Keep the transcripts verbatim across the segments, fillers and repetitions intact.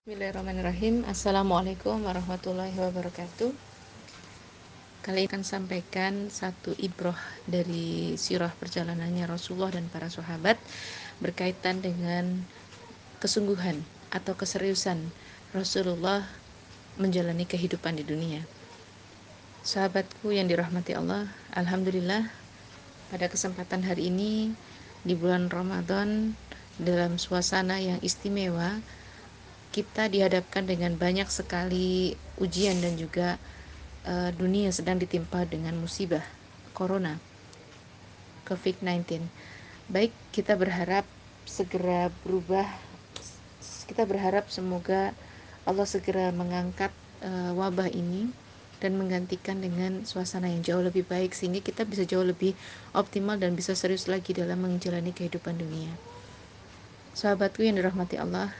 Bismillahirrahmanirrahim. Assalamualaikum warahmatullahi wabarakatuh. Kali ini akan sampaikan satu ibroh dari sirah perjalanannya Rasulullah dan para sahabat berkaitan dengan kesungguhan atau keseriusan Rasulullah menjalani kehidupan di dunia. Sahabatku yang dirahmati Allah, alhamdulillah pada kesempatan hari ini di bulan Ramadan dalam suasana yang istimewa, kita dihadapkan dengan banyak sekali ujian dan juga uh, dunia sedang ditimpa dengan musibah corona covid sembilan belas. Baik, kita berharap segera berubah. Kita berharap semoga Allah segera mengangkat uh, wabah ini dan menggantikan dengan suasana yang jauh lebih baik, sehingga kita bisa jauh lebih optimal dan bisa serius lagi dalam menjalani kehidupan dunia. Sahabatku yang dirahmati Allah,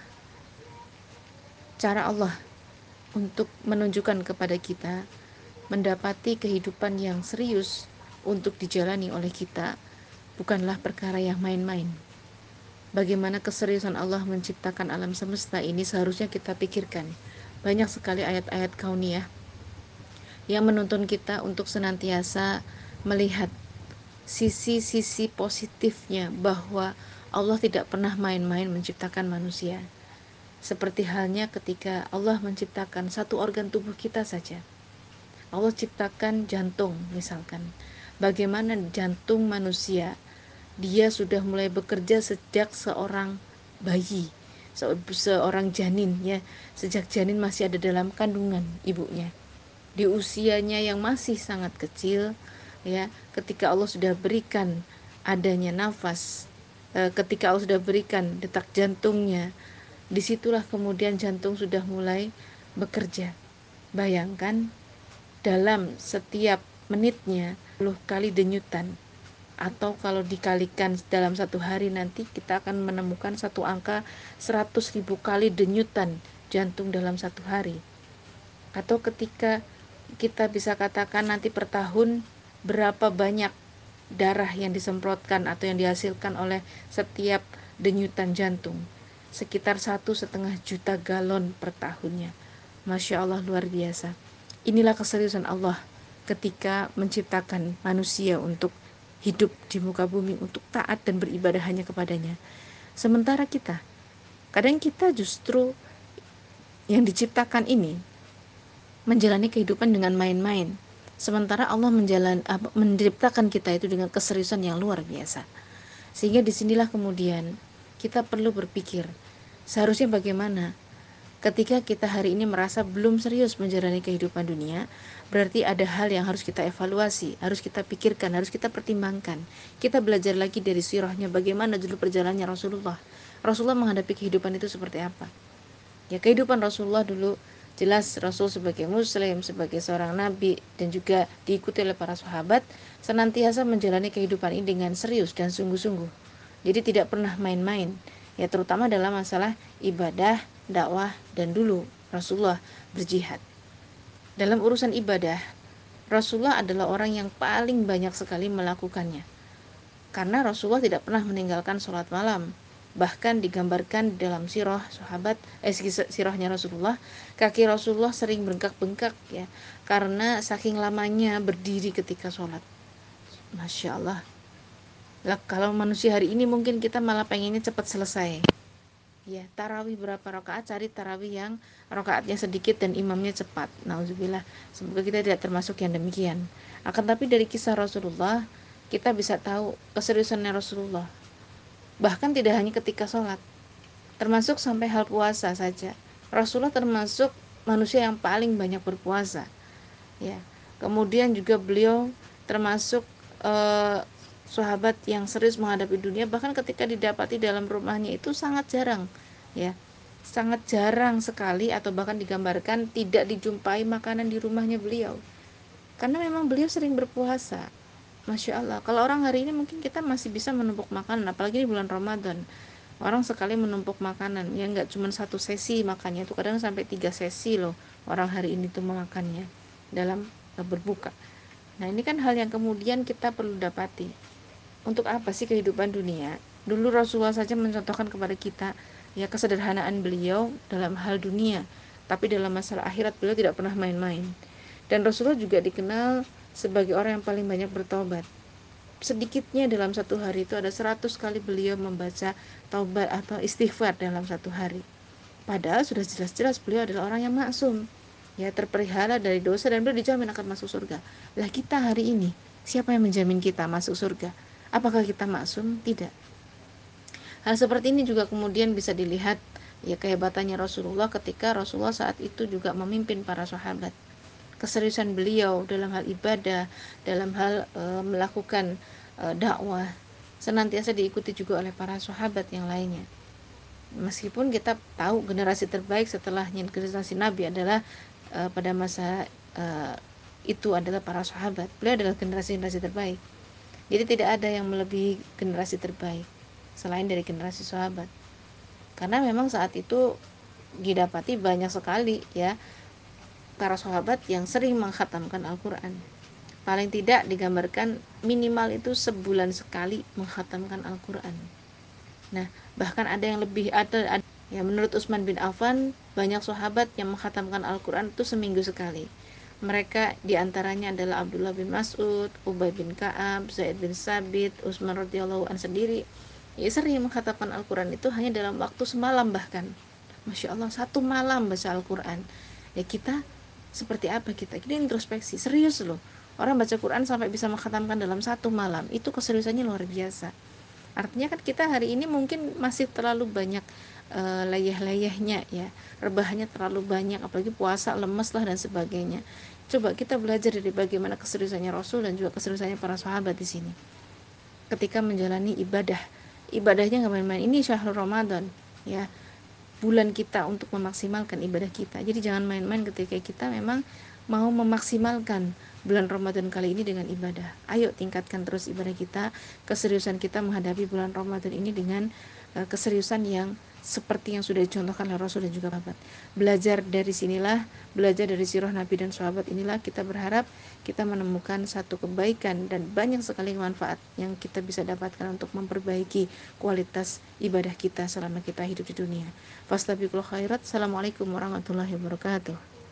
cara Allah untuk menunjukkan kepada kita mendapati kehidupan yang serius untuk dijalani oleh kita bukanlah perkara yang main-main. Bagaimana keseriusan Allah menciptakan alam semesta ini seharusnya kita pikirkan. Banyak sekali ayat-ayat kauniyah yang menuntun kita untuk senantiasa melihat sisi-sisi positifnya bahwa Allah tidak pernah main-main menciptakan manusia. Seperti halnya ketika Allah menciptakan satu organ tubuh kita saja. Allah ciptakan jantung misalkan. Bagaimana jantung manusia, dia sudah mulai bekerja sejak seorang bayi, seorang janin ya, sejak janin masih ada dalam kandungan ibunya. Di usianya yang masih sangat kecil ya, ketika Allah sudah berikan adanya nafas, ketika Allah sudah berikan detak jantungnya, disitulah kemudian jantung sudah mulai bekerja. Bayangkan dalam setiap menitnya sepuluh kali denyutan, atau kalau dikalikan dalam satu hari nanti kita akan menemukan satu angka seratus ribu kali denyutan jantung dalam satu hari. Atau ketika kita bisa katakan nanti per tahun berapa banyak darah yang disemprotkan atau yang dihasilkan oleh setiap denyutan jantung, sekitar satu setengah juta galon per tahunnya. Masya Allah, luar biasa. Inilah keseriusan Allah ketika menciptakan manusia untuk hidup di muka bumi, untuk taat dan beribadah hanya kepadanya. Sementara kita, kadang kita justru yang diciptakan ini menjalani kehidupan dengan main-main, sementara Allah menjalan, menciptakan kita itu dengan keseriusan yang luar biasa. Sehingga disinilah kemudian kita perlu berpikir, seharusnya bagaimana ketika kita hari ini merasa belum serius menjalani kehidupan dunia. Berarti ada hal yang harus kita evaluasi, harus kita pikirkan, harus kita pertimbangkan. Kita belajar lagi dari sirahnya, bagaimana dulu perjalanannya Rasulullah. Rasulullah menghadapi kehidupan itu seperti apa. Ya, kehidupan Rasulullah dulu jelas Rasul sebagai muslim, sebagai seorang nabi, dan juga diikuti oleh para sahabat, senantiasa menjalani kehidupan ini dengan serius dan sungguh-sungguh. Jadi tidak pernah main-main, ya, terutama dalam masalah ibadah, dakwah, dan dulu Rasulullah berjihad. Dalam urusan ibadah, Rasulullah adalah orang yang paling banyak sekali melakukannya, karena Rasulullah tidak pernah meninggalkan sholat malam. Bahkan digambarkan dalam sirah sahabat, eh sirahnya Rasulullah, kaki Rasulullah sering bengkak-bengkak ya, karena saking lamanya berdiri ketika sholat. Masya Allah. Lah, kalau manusia hari ini mungkin kita malah pengennya cepat selesai. Ya, tarawih berapa rakaat, cari tarawih yang rakaatnya sedikit dan imamnya cepat. Nauzubillah. Semoga kita tidak termasuk yang demikian. Akan tapi dari kisah Rasulullah kita bisa tahu keseriusannya Rasulullah. Bahkan tidak hanya ketika sholat, termasuk sampai hal puasa saja. Rasulullah termasuk manusia yang paling banyak berpuasa. Ya, kemudian juga beliau termasuk eh, sahabat yang serius menghadapi dunia. Bahkan ketika didapati dalam rumahnya itu sangat jarang, ya, sangat jarang sekali, atau bahkan digambarkan tidak dijumpai makanan di rumahnya beliau, karena memang beliau sering berpuasa. Masya Allah. Kalau orang hari ini mungkin kita masih bisa menumpuk makanan, apalagi di bulan Ramadan. Orang sekali menumpuk makanan, ya nggak cuma satu sesi makannya, itu kadang sampai tiga sesi loh orang hari ini tuh memakannya dalam berbuka. Nah, ini kan hal yang kemudian kita perlu dapati. Untuk apa sih kehidupan dunia? Dulu Rasulullah saja mencontohkan kepada kita ya kesederhanaan beliau dalam hal dunia, tapi dalam masalah akhirat beliau tidak pernah main-main. Dan Rasulullah juga dikenal sebagai orang yang paling banyak bertobat. Sedikitnya dalam satu hari itu ada seratus kali beliau membaca taubat atau istighfar dalam satu hari. Padahal sudah jelas-jelas beliau adalah orang yang maksum, ya, terpelihara dari dosa, dan beliau dijamin akan masuk surga. Lah kita hari ini, siapa yang menjamin kita masuk surga? Apakah kita maksum? Tidak. Hal seperti ini juga kemudian bisa dilihat, ya, kehebatannya Rasulullah ketika Rasulullah saat itu juga memimpin para sahabat. Keseriusan beliau dalam hal ibadah, dalam hal e, melakukan e, dakwah, senantiasa diikuti juga oleh para sahabat yang lainnya. Meskipun kita tahu generasi terbaik setelahnya generasi Nabi adalah e, pada masa e, itu adalah para sahabat. Beliau adalah generasi-generasi terbaik. Jadi tidak ada yang melebihi generasi terbaik selain dari generasi sahabat. Karena memang saat itu didapati banyak sekali, ya, para sahabat yang sering mengkhatamkan Al-Quran. Paling tidak digambarkan minimal itu sebulan sekali mengkhatamkan Al-Quran. Nah, bahkan ada yang lebih, ada, ada ya, menurut Utsman bin Affan, banyak sahabat yang mengkhatamkan Al-Quran itu seminggu sekali. Mereka diantaranya adalah Abdullah bin Mas'ud, Ubay bin Ka'ab, Zaid bin Sabit, Utsman radhiyallahu an sendiri. Ya, sering mengkhatamkan Al-Quran itu hanya dalam waktu semalam bahkan. Masya Allah, satu malam baca Al-Quran. Ya, kita seperti apa kita? Kita introspeksi, serius loh. Orang baca Quran sampai bisa mengkhatamkan dalam satu malam, itu keseriusannya luar biasa. Artinya kan kita hari ini mungkin masih terlalu banyak e, leyeh-leyehnya, ya, rebahannya terlalu banyak, apalagi puasa, lemes lah dan sebagainya. Coba kita belajar dari bagaimana keseriusannya Rasul dan juga keseriusannya para sahabat di sini ketika menjalani ibadah. Ibadahnya nggak main-main. Ini syahrul Ramadan, ya, bulan kita untuk memaksimalkan ibadah kita. Jadi jangan main-main ketika kita memang mau memaksimalkan bulan Ramadan kali ini dengan ibadah. Ayo tingkatkan terus ibadah kita, keseriusan kita menghadapi bulan Ramadan ini dengan uh, keseriusan yang seperti yang sudah dicontohkan oleh Rasul dan juga sahabat. Belajar dari sinilah, belajar dari sirah Nabi dan sahabat inilah kita berharap kita menemukan satu kebaikan dan banyak sekali manfaat yang kita bisa dapatkan untuk memperbaiki kualitas ibadah kita selama kita hidup di dunia. Fastabiqul khairat. Assalamualaikum warahmatullahi wabarakatuh.